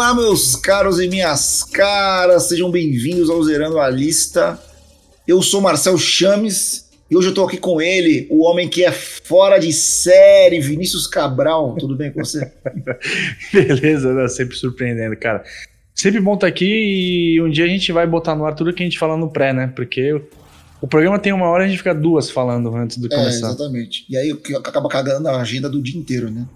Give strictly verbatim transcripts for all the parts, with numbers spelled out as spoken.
Olá, meus caros e minhas caras, sejam bem-vindos ao Zerando a Lista. Eu sou Marcel Chames e hoje eu tô aqui com ele, o homem que é fora de série, Vinícius Cabral. Tudo bem com você? Beleza, né? Sempre surpreendendo, cara. Sempre bom estar aqui e um dia a gente vai botar no ar tudo que a gente fala no pré, né? Porque o, o programa tem uma hora e a gente fica duas falando antes de começar. É, exatamente. E aí acaba cagando a agenda do dia inteiro, né?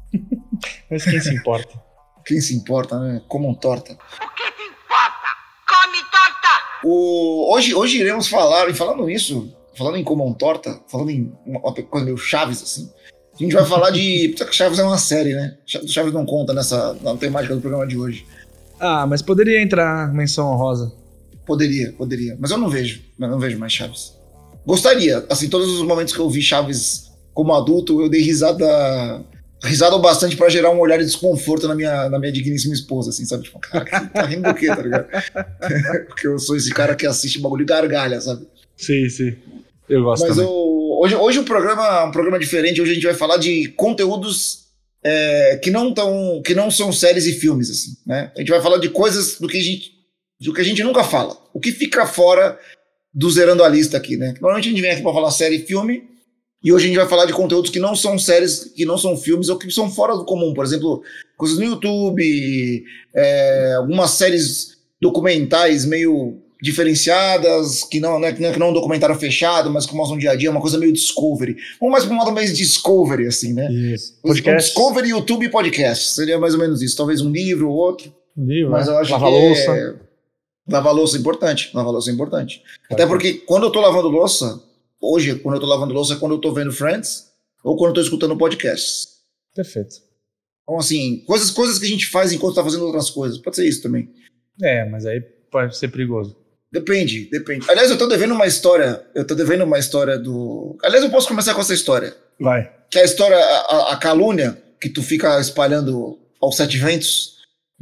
Mas quem se importa? Quem se importa, né? Comam torta. O que te importa? Come torta! O... Hoje, hoje iremos falar, e falando nisso, falando em comam torta, falando em uma coisa meio Chaves, assim, a gente vai falar de... Chaves é uma série, né? Chaves não conta nessa na temática do programa de hoje. Ah, mas poderia entrar menção honrosa. Poderia, poderia. Mas eu não vejo, eu não vejo mais Chaves. Gostaria, assim, todos os momentos que eu vi Chaves como adulto, eu dei risada... Risada o bastante pra gerar um olhar de desconforto na minha, na minha digníssima esposa, assim, sabe? Tipo, cara, você tá rindo do quê, tá ligado? Porque eu sou esse cara que assiste bagulho e gargalha, sabe? Sim, sim. Eu gosto Mas também. eu, hoje, hoje o programa é um programa diferente. Hoje a gente vai falar de conteúdos é, que, não tão, que não são séries e filmes, assim, né? A gente vai falar de coisas do que a gente, do que a gente nunca fala. O que fica fora do Zerando a Lista aqui, né? Normalmente a gente vem aqui pra falar série e filme. E hoje a gente vai falar de conteúdos que não são séries, que não são filmes, ou que são fora do comum. Por exemplo, coisas no YouTube, é, algumas séries documentais meio diferenciadas, que não, né, que não é um documentário fechado, mas que mostram um dia a dia, uma coisa meio Discovery. Vamos mais para um modo mais Discovery, assim, né? Isso. Podcast. Discovery, YouTube e podcast. Seria mais ou menos isso. Talvez um livro ou outro. Um livro, mas né? eu acho Lava que louça. É... Lavar louça é importante. Lavar louça é importante. Claro. Até porque quando eu tô lavando louça... Hoje, quando eu tô lavando louça, é quando eu tô vendo Friends ou quando eu tô escutando podcasts. Perfeito. Então, assim, coisas, coisas que a gente faz enquanto tá fazendo outras coisas. Pode ser isso também. É, mas aí pode ser perigoso. Depende, depende. Aliás, eu tô devendo uma história. Eu tô devendo uma história do... Aliás, eu posso começar com essa história. Vai. Que é a história, a, a calúnia que tu fica espalhando aos sete ventos.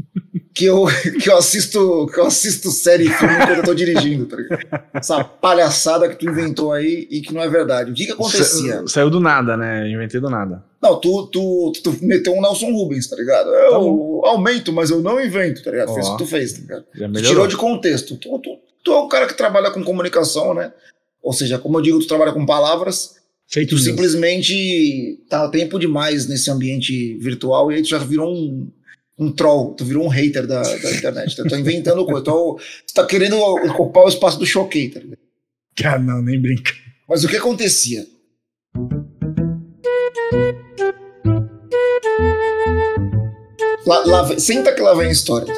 Que eu, que, eu assisto, que eu assisto série e filme enquanto eu tô dirigindo, tá ligado? Essa palhaçada que tu inventou aí e que não é verdade. O que que acontecia? Sa- saiu do nada, né? Inventei do nada. Não, tu, tu, tu, tu meteu um Nelson Rubens, tá ligado? Eu tá aumento, mas eu não invento, tá ligado? Oh. Fez o que tu fez, tá ligado? Tu tirou de contexto. Tu, tu, tu é um cara que trabalha com comunicação, né? Ou seja, como eu digo, tu trabalha com palavras. Feito tu Deus. Simplesmente tá tempo demais nesse ambiente virtual e aí tu já virou um... um troll, tu virou um hater da, da internet, tu tá inventando coisa, tu tá querendo ocupar o espaço do Choquei, tá ligado? Cara, não, nem brinca. Mas o que acontecia? Lá, lá, senta que lá vem a história.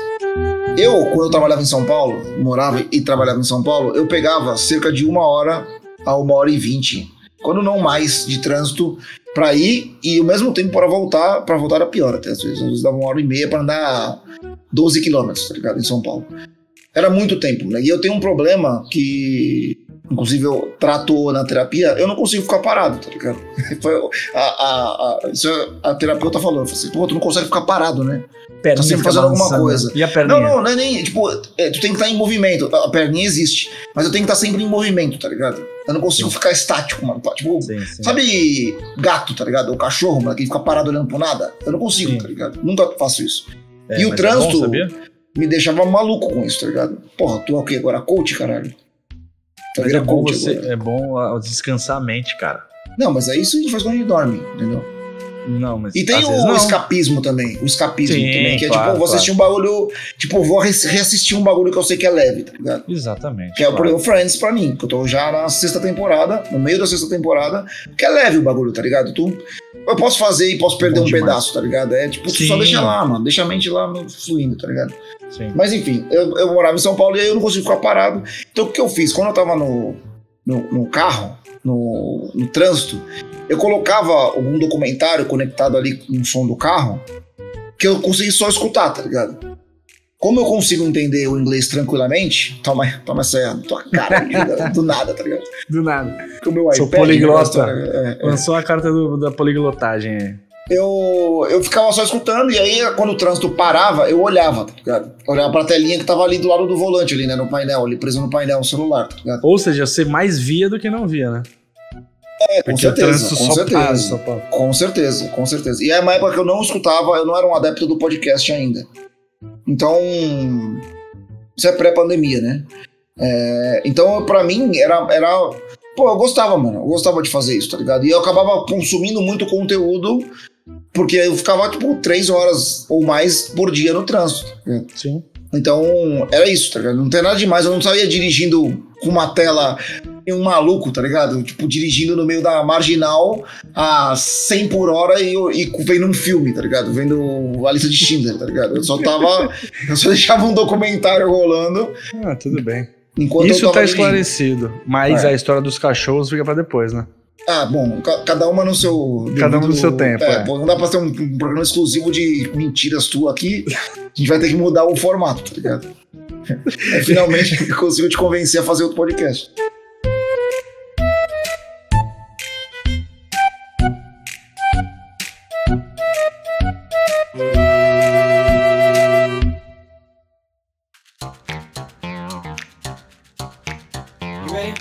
Eu, quando eu trabalhava em São Paulo, morava e trabalhava em São Paulo, eu pegava cerca de uma hora a uma hora e vinte, quando não mais, de trânsito pra ir e ao mesmo tempo para voltar, para voltar era pior até, às vezes, às vezes dava uma hora e meia pra andar doze quilômetros, tá ligado, em São Paulo. Era muito tempo, né? E eu tenho um problema que, inclusive, eu trato na terapia, eu não consigo ficar parado, tá ligado? Foi a, a, a, isso a terapeuta falou, eu falei assim, pô, tu não consegue ficar parado, né? Perninha tá sempre fazendo alguma coisa. E a perninha? Não, não, não é nem, tipo, é, tu tem que estar em movimento, a perninha existe, mas eu tenho que estar sempre em movimento, tá ligado? Eu não consigo sim. ficar estático, mano. Tipo, sim, sim. Sabe gato, tá ligado? O cachorro, mano, que fica parado olhando pro nada. Eu não consigo, sim. tá ligado? Nunca faço isso. É, e o trânsito é bom, me deixava maluco com isso, tá ligado? Porra, tu é o quê agora? Coach, caralho? Mas é bom, você, é bom descansar a mente, cara. Não, mas é isso que a gente faz quando a gente dorme, entendeu? Não, mas e tem o escapismo também. O escapismo sim, também, que é claro, tipo, vou assistir claro. um bagulho. Tipo, vou reassistir um bagulho que eu sei que é leve, tá ligado? Exatamente. Que é, por exemplo, Friends pra mim, que eu tô já na sexta temporada, no meio da sexta temporada, que é leve o bagulho, tá ligado? Tu, eu posso fazer e posso perder Bom um demais. pedaço, tá ligado? É tipo, tu só deixa lá, mano. Deixa a mente lá fluindo, tá ligado? Sim. Mas enfim, eu, eu morava em São Paulo e aí eu não consigo ficar parado. Então o que eu fiz? Quando eu tava no, no, no carro, no, no trânsito, eu colocava algum documentário conectado ali com o som do carro que eu consegui só escutar, tá ligado? Como eu consigo entender o inglês tranquilamente, toma, toma essa tua cara do nada, tá ligado? Do nada. Com o meu Sou iPad, poliglota. É, é. Lançou a carta do, da poliglotagem aí. Eu, eu ficava só escutando e aí quando o trânsito parava, eu olhava, tá ligado? Eu olhava pra telinha que tava ali do lado do volante ali, né? No painel, ali preso no painel, no celular, tá ligado? Ou seja, você mais via do que não via, né? É, com Porque certeza, com só certeza, passa, pô. com certeza, com certeza. E é uma época que eu não escutava, eu não era um adepto do podcast ainda. Então, isso é pré-pandemia, né? É, então, pra mim, era, era... Pô, eu gostava, mano. Eu gostava de fazer isso, tá ligado? E eu acabava consumindo muito conteúdo porque eu ficava, tipo, três horas ou mais por dia no trânsito. Tá? Sim. Então, era isso, tá ligado? Não tem nada demais. Eu não saía dirigindo com uma tela... um maluco, tá ligado? Tipo, dirigindo no meio da marginal a cem por hora e, e vendo um filme, tá ligado? Vendo a lista de Schindler, tá ligado? Eu só tava... eu só deixava um documentário rolando. Ah, tudo bem. Enquanto Isso eu tá tava esclarecido. dirigindo. Mas É. a história dos cachorros fica pra depois, né? Ah, bom, ca- cada uma no seu... Cada uma no devido- seu tempo, É, é. pô, não dá pra ter um, um programa exclusivo de mentiras tu aqui. A gente vai ter que mudar o formato, tá ligado? Aí, finalmente, eu consigo te convencer a fazer outro podcast. You ready?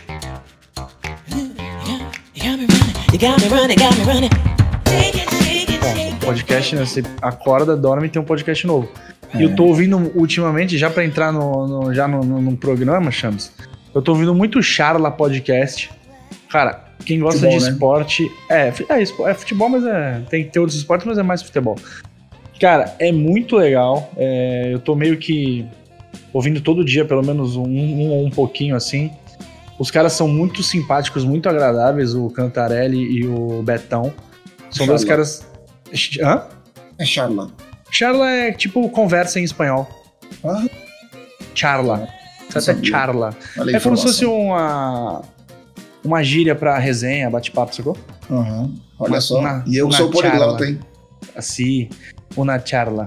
You got me running, you got me running, got me running. Shake it, shake it, shake it. Podcast, né? Você acorda, dorme e tem um podcast novo. E eu tô ouvindo ultimamente, já pra entrar no, no- já no, no, no programa, Chams, eu tô ouvindo muito Charla Podcast. Cara, quem gosta Futebol, de né? esporte. É, fu- é, espo- é futebol, mas é, tem que ter outros esportes, mas é mais futebol. Cara, é muito legal. é, eu tô meio que ouvindo todo dia, pelo menos um, um ou um pouquinho assim. Os caras são muito simpáticos, muito agradáveis, o Cantarelli e o Betão. São dois Charla. caras. Hã? É Charla. Charla é tipo conversa em espanhol. Ah, Charla. Isso até sabia. charla. olha a É como se fosse informação. uma. Uma gíria pra resenha, bate-papo, sacou? Aham, olha Uma- só. uma- e eu que uma sou poliglota, charla. hein? Assim, uma charla.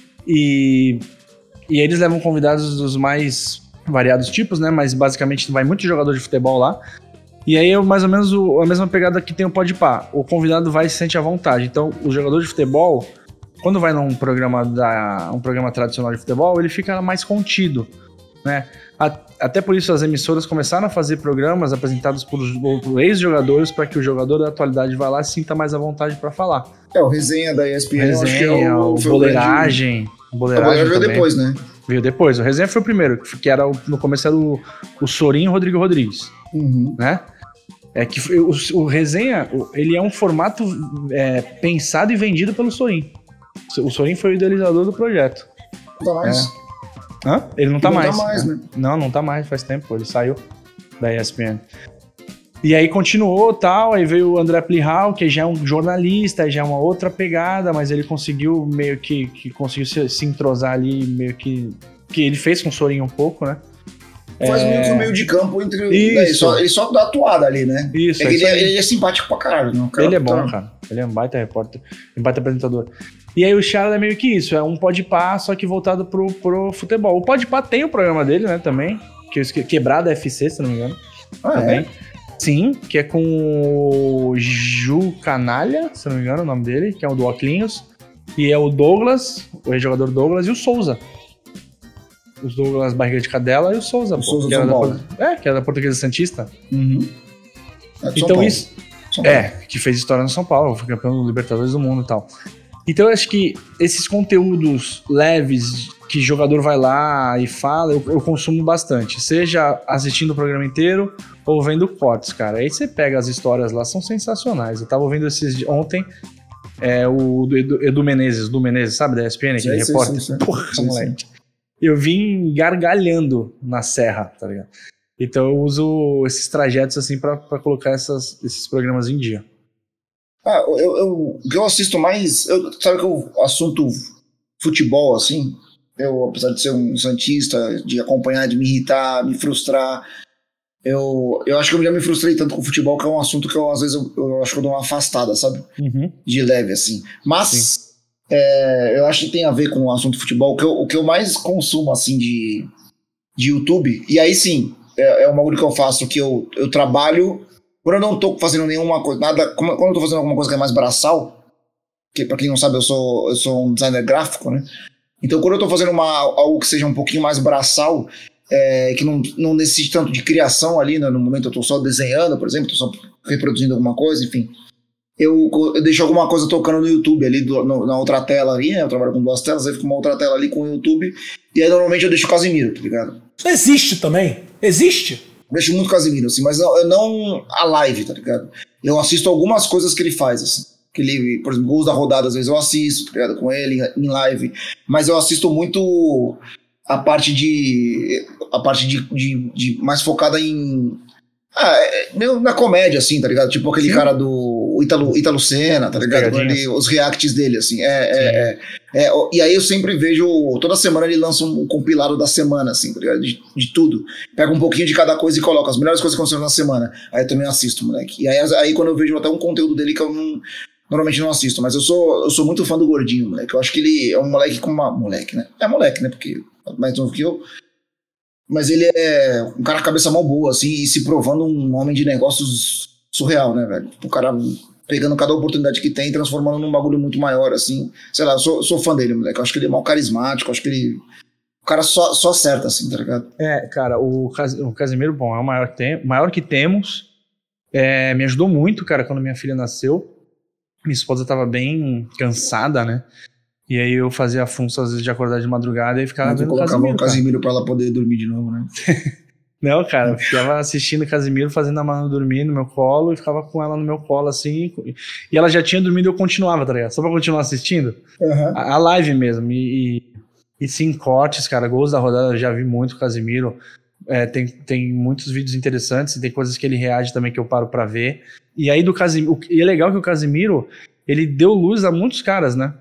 E, e eles levam convidados dos mais variados tipos, né? Mas basicamente vai muito jogador de futebol lá. E aí é mais ou menos o- a mesma pegada que tem o Podpah. O convidado vai e se sente à vontade. Então, o jogador de futebol, quando vai num programa, da, um programa tradicional de futebol, ele fica mais contido, né? A- Até por isso as emissoras começaram a fazer programas apresentados por, por ex-jogadores para que o jogador da atualidade vá lá e se sinta mais à vontade para falar. É, o resenha da E S P N, eu acho que é Resenha, o, o foi o boleiragem. O grande- A boleiragem boleiragem veio também. depois, né? Veio depois. O resenha foi o primeiro, que era o- no começo era o, o Sorinho e o Rodrigo Rodrigues, Uhum. né? É que foi- o, o resenha, o- ele é um formato é, pensado e vendido pelo Sorin. O Sorin foi o idealizador do projeto. Não dá mais. Hã? Ele não tá Não tá mais. mais, né? Não, não tá mais, faz tempo. Ele saiu da E S P N. E aí continuou tal, aí veio o André Plihal, que já é um jornalista, já é uma outra pegada, mas ele conseguiu meio que, que conseguiu se, se entrosar ali, meio que. Que ele fez com o Sorin um pouco, né? Faz meio que o meio de campo entre. Isso. Né, ele, só, ele só dá atuada ali, né? Isso, É é que isso ele, aí. ele é simpático pra caralho, né? O cara Ele é bom, tá- cara. Ele é um baita repórter, um baita apresentador. E aí o Charla é meio que isso, é um podpah, só que voltado pro, pro futebol. O podpah tem o programa dele, né, também, que eu esque- Quebrada F C, se não me engano. Ah, também. é? Sim, que é com o Ju Canalha, se não me engano o nome dele, que é o do Oclinhos. E é o Douglas, o ex-jogador Douglas, e o Souza. Os Douglas Barriga de Cadela e o Souza. O pô, Souza que era São da Paulo. Por- É, que era da Portuguesa Santista. Uhum. É de São Então Paulo. isso... São Paulo. É, que fez história no São Paulo, foi campeão do Libertadores do Mundo e tal. Então eu acho que esses conteúdos leves que jogador vai lá e fala, eu, eu consumo bastante. Seja assistindo o programa inteiro ou vendo cortes, cara. Aí você pega as histórias lá, são sensacionais. Eu tava ouvindo esses de- ontem, é, o do Edu, Edu Menezes, do Menezes, sabe, da E S P N, aquele Sei, sei, repórter? sei, sei. Porra, Sei, moleque. Eu vim gargalhando na serra, tá ligado? Então eu uso esses trajetos assim pra, pra colocar essas, esses programas em dia. Ah, eu, eu, o que eu assisto mais. Eu, sabe que o assunto futebol, assim, eu, apesar de ser um santista, de acompanhar, de me irritar, me frustrar, eu, eu acho que eu já me frustrei tanto com o futebol que é um assunto que eu, às vezes, eu, eu acho que eu dou uma afastada, sabe? Uhum. De leve, assim. Mas é, eu acho que tem a ver com o assunto futebol. O que eu, o que eu mais consumo, assim, de, de YouTube, e aí sim, é, é um bagulho que eu faço, que eu, eu trabalho. Quando eu não tô fazendo nenhuma coisa, nada. Quando eu tô fazendo alguma coisa que é mais braçal, que pra quem não sabe, eu sou, eu sou um designer gráfico, né? Então, quando eu tô fazendo uma, algo que seja um pouquinho mais braçal, é, que não, não necessite tanto de criação ali, né? No momento eu tô só desenhando, por exemplo, tô só reproduzindo alguma coisa, enfim. eu, eu deixo alguma coisa tocando no YouTube ali, do, no, na outra tela ali, né? Eu trabalho com duas telas, aí fica uma outra tela ali com o YouTube. E aí normalmente eu deixo o Casimiro, tá ligado? Isso existe também? Existe? Eu deixo muito Casimiro, assim, mas não, eu não a live, tá ligado? Eu assisto algumas coisas que ele faz, assim. Que ele, por exemplo, gols da rodada, às vezes eu assisto, tá ligado? Com ele em live. Mas eu assisto muito a parte de. A parte de, de, de mais focada em. Ah, é, meio na comédia, assim, tá ligado? Tipo aquele Sim. cara do Ítalo, Ítalo Senna, tá ligado? Ele, os reacts dele, assim. É, é, é, é, e aí eu sempre vejo. Toda semana ele lança um compilado da semana, assim, tá ligado? De, de tudo. Pega um pouquinho de cada coisa e coloca as melhores coisas que aconteceram na semana. Aí eu também assisto, moleque. E aí, aí quando eu vejo até um conteúdo dele que eu não. Normalmente não assisto, mas eu sou, eu sou muito fã do Gordinho, moleque. Eu acho que ele é um moleque com uma. Moleque, né? É moleque, né? Porque é mais novo que eu. Mas ele é um cara cabeça mal boa, assim, e se provando um homem de negócios surreal, né, velho? O cara pegando cada oportunidade que tem e transformando num bagulho muito maior, assim. Sei lá, eu sou, eu sou fã dele, moleque. Eu acho que ele é mal carismático, eu acho que ele. O cara só, só acerta, assim, tá ligado? É, cara, o, Cas, o Casimiro, bom, é o maior que, tem, maior que temos. É, me ajudou muito, cara, quando minha filha nasceu. Minha esposa tava bem cansada, né? E aí eu fazia a função, às vezes, de acordar de madrugada e ficava vendo o Casimiro. o Casimiro pra ela poder dormir de novo, né? Não, cara, eu ficava assistindo o Casimiro, fazendo a Manu dormir no meu colo e ficava com ela no meu colo, assim. E ela já tinha dormido e eu continuava, tá ligado? Só pra continuar assistindo. Uhum. A, a live mesmo. E, e, e sim, cortes, cara, gols da rodada, eu já vi muito o Casimiro. É, tem, tem muitos vídeos interessantes e tem coisas que ele reage também que eu paro pra ver. E aí do Casimiro, e é legal que o Casimiro, ele deu luz a muitos caras, né?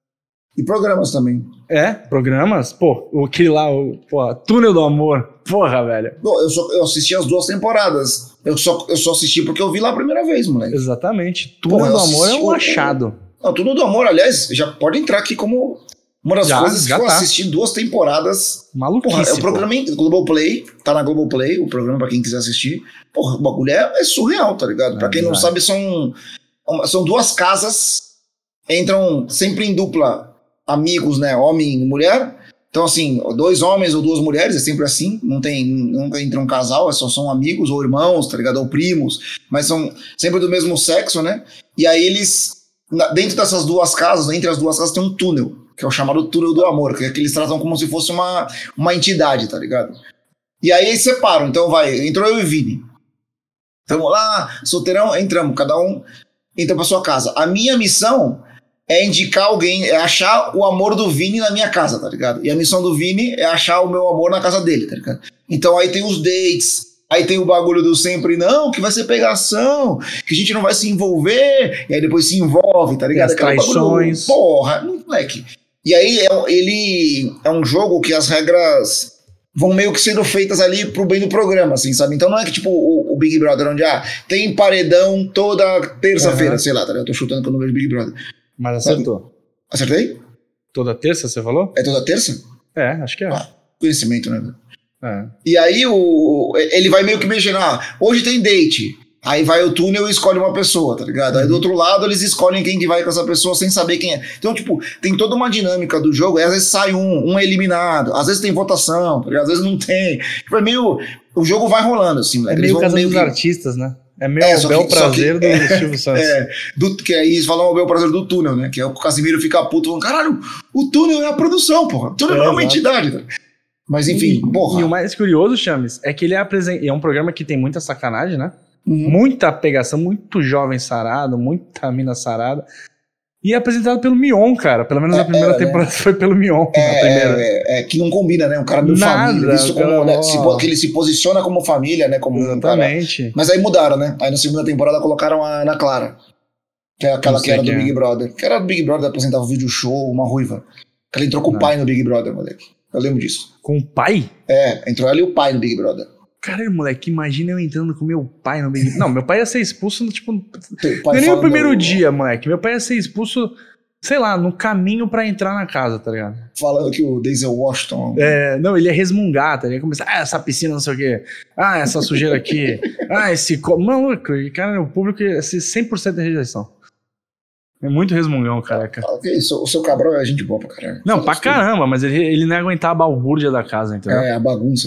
E programas também. É, programas, pô, aquele lá, o pô, Túnel do Amor, porra, velho. Não, eu, só, eu assisti as duas temporadas, eu só, eu só assisti porque eu vi lá a primeira vez, moleque. Exatamente, Túnel porra, do Amor é um achado. O, não, Túnel do Amor, aliás, já pode entrar aqui como uma das já, coisas já que eu tá. assisti duas temporadas. Maluquice, porra, é o programa em Globoplay, tá na Globoplay, o programa pra quem quiser assistir. Porra, o bagulho é, é surreal, tá ligado? É, pra quem não sabe, são, são duas casas, entram sempre em dupla amigos, né, homem e mulher. Então, assim, dois homens ou duas mulheres, é sempre assim, não tem, nunca entra um casal, é só são amigos ou irmãos, tá ligado, ou primos, mas são sempre do mesmo sexo, né, e aí eles, dentro dessas duas casas, entre as duas casas tem um túnel, que é o chamado Túnel do Amor, que é que eles tratam como se fosse uma, uma entidade, tá ligado, e aí eles separam, então vai, entrou eu e Vini, tamo lá, solteirão, entramos, cada um entra pra sua casa, a minha missão é indicar alguém, é achar o amor do Vini na minha casa, tá ligado? E a missão do Vini é achar o meu amor na casa dele, tá ligado? Então aí tem os dates, aí tem o bagulho do sempre não, que vai ser pegação, que a gente não vai se envolver, e aí depois se envolve, tá ligado? As traições. Bagulho, porra, moleque. E aí é, ele é um jogo que as regras vão meio que sendo feitas ali pro bem do programa, assim, sabe? Então não é que tipo o, o Big Brother, onde ah, tem paredão toda terça-feira, uhum. sei lá, tá ligado? Eu tô chutando que eu não vejo Big Brother. Mas acertou. Acertei? Toda terça, você falou? É toda terça? É, acho que é. Ah, conhecimento, né? É. E aí o, ele vai meio que mexendo, ah, hoje tem date. Aí vai o túnel e escolhe uma pessoa, tá ligado? Aí do outro lado eles escolhem quem que vai com essa pessoa sem saber quem é. Então, tipo, tem toda uma dinâmica do jogo, e às vezes sai um, um é eliminado, às vezes tem votação, tá ligado? Às vezes não tem. Tipo, é meio... O jogo vai rolando, assim, moleque. É meio Casando meio dos que... Artistas, né? É meio é, o bel que, prazer que, do é, Silvio Santos. É, do, que aí eles falam o bel prazer do túnel, né? Que é o Casimiro fica puto falando, caralho, o túnel é a produção, porra. O túnel é, é uma exato. entidade, tá? Mas enfim, e, porra. E o mais curioso, Chames, é que ele é, apresen... é um programa que tem muita sacanagem, né? Uhum. Muita pegação, muito jovem sarado, muita mina sarada. E é apresentado pelo Mion, cara. Pelo menos é, a primeira é, temporada né? foi pelo Mion. É, a primeira. É, é, que não combina, né? Um cara meio Nada, família. Visto como, cara, né, se, que ele se posiciona como família, né? Como exatamente. Um cara. Mas aí mudaram, né? Aí na segunda temporada colocaram a Ana Clara. Que é aquela que era do é. Big Brother. Que era do Big Brother, apresentava o vídeo show, uma ruiva. Que ela entrou com não. o pai no Big Brother, moleque. Eu lembro disso. Com o pai? É, entrou ela e o pai no Big Brother. Caralho, moleque, imagina eu entrando com meu pai no Big Brother. Não, meu pai ia ser expulso, tipo... Não é nem o primeiro dia, moleque. Meu pai ia ser expulso... Sei lá, no caminho pra entrar na casa, tá ligado? Falando que o Denzel Washington... É, não, ele ia resmungar, tá? Ele ia começar, ah, essa piscina não sei o quê, ah, essa sujeira aqui, ah, esse... Co... Maluco, cara, o público ia ser cem por cento de rejeição. É muito resmungão, careca. Ah, okay. O seu Cabral é gente boa pra caramba. Não, pra caramba, mas ele, ele não ia aguentar a balbúrdia da casa, entendeu? É, a bagunça, né?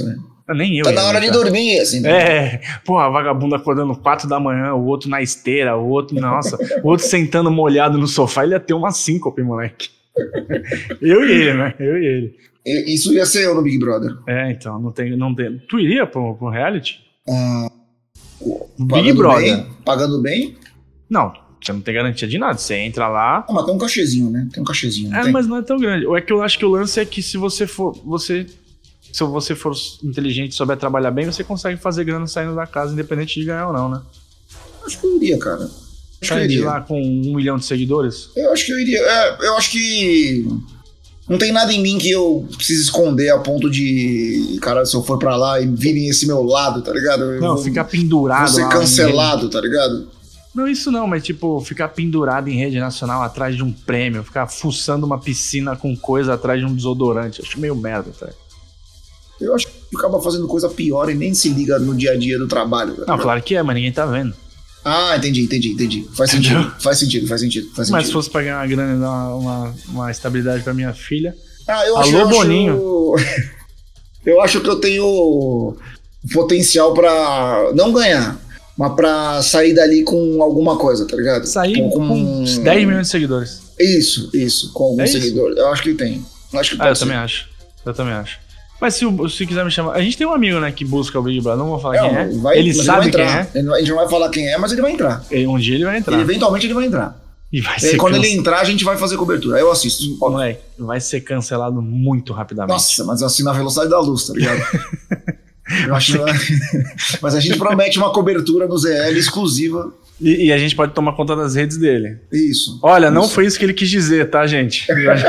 Nem eu. Tá ia na hora de aguentar. dormir, assim. Né? É, porra, vagabundo acordando quatro da manhã, o outro na esteira, o outro, nossa, o outro sentando molhado no sofá, ele ia ter uma síncope, moleque. Eu e ele, né? Eu e ele. E- Isso ia ser eu no Big Brother. É, então, não tem. Não tem. Tu iria pro, pro reality? Ah, Big pagando Brother. Bem, pagando bem. Não, você não tem garantia de nada. Você entra lá. Ah, mas tem um cachezinho, né? Tem um cachezinho. não É, tem? mas não é tão grande. Ou é que eu acho que o lance é que se você for. Você. Se você for inteligente e souber trabalhar bem, você consegue fazer grana saindo da casa, independente de ganhar ou não, né? Acho que eu iria, cara. Acho que eu Sai de iria. lá com um milhão de seguidores. Eu acho que eu iria. É, eu acho que. Não tem nada em mim que eu precise esconder a ponto de. Cara, se eu for pra lá e virem esse meu lado, tá ligado? Eu Não, vou, ficar pendurado vou ser lá. cancelado, tá ligado? Não, isso não, mas tipo, ficar pendurado em rede nacional atrás de um prêmio, ficar fuçando uma piscina com coisa atrás de um desodorante. Acho meio merda, tá? Eu acho que acaba fazendo coisa pior e nem se liga no dia a dia do trabalho. Tá Não, ligado? claro que é, mas ninguém tá vendo. Ah, entendi, entendi, entendi. Faz sentido, Entendeu? faz sentido, faz sentido, faz Mas se sentido. fosse pra ganhar uma grana e dar uma, uma, uma estabilidade pra minha filha. Ah, eu Alô, acho, eu Boninho. Acho, eu acho que eu tenho potencial pra não ganhar, mas pra sair dali com alguma coisa, tá ligado? Sair com, uns dez milhões de seguidores. Isso, isso, com alguns É isso? seguidores. Eu acho que tem. Eu acho que Ah, pode eu ser. também acho. Eu também acho. Mas se, o- se quiser me chamar. A gente tem um amigo, né, que busca o Big Brother. Não vou falar Não, quem é. vai- ele mas sabe vai quem entrar. é. Ele não- A gente não vai falar quem é, mas ele vai entrar. E um dia ele vai entrar. Ele, eventualmente ele vai entrar. E vai E ser aí, quando ele cance- entrar, a gente vai fazer cobertura. Aí eu assisto. Óbvio. Moleque, vai ser cancelado muito rapidamente. Nossa, mas assim na velocidade da luz, tá ligado? Eu acho que vai- Mas a gente promete uma cobertura no Z L exclusiva. E, e a gente pode tomar conta das redes dele. Isso. Olha, não Isso. foi isso que ele quis dizer, tá, gente?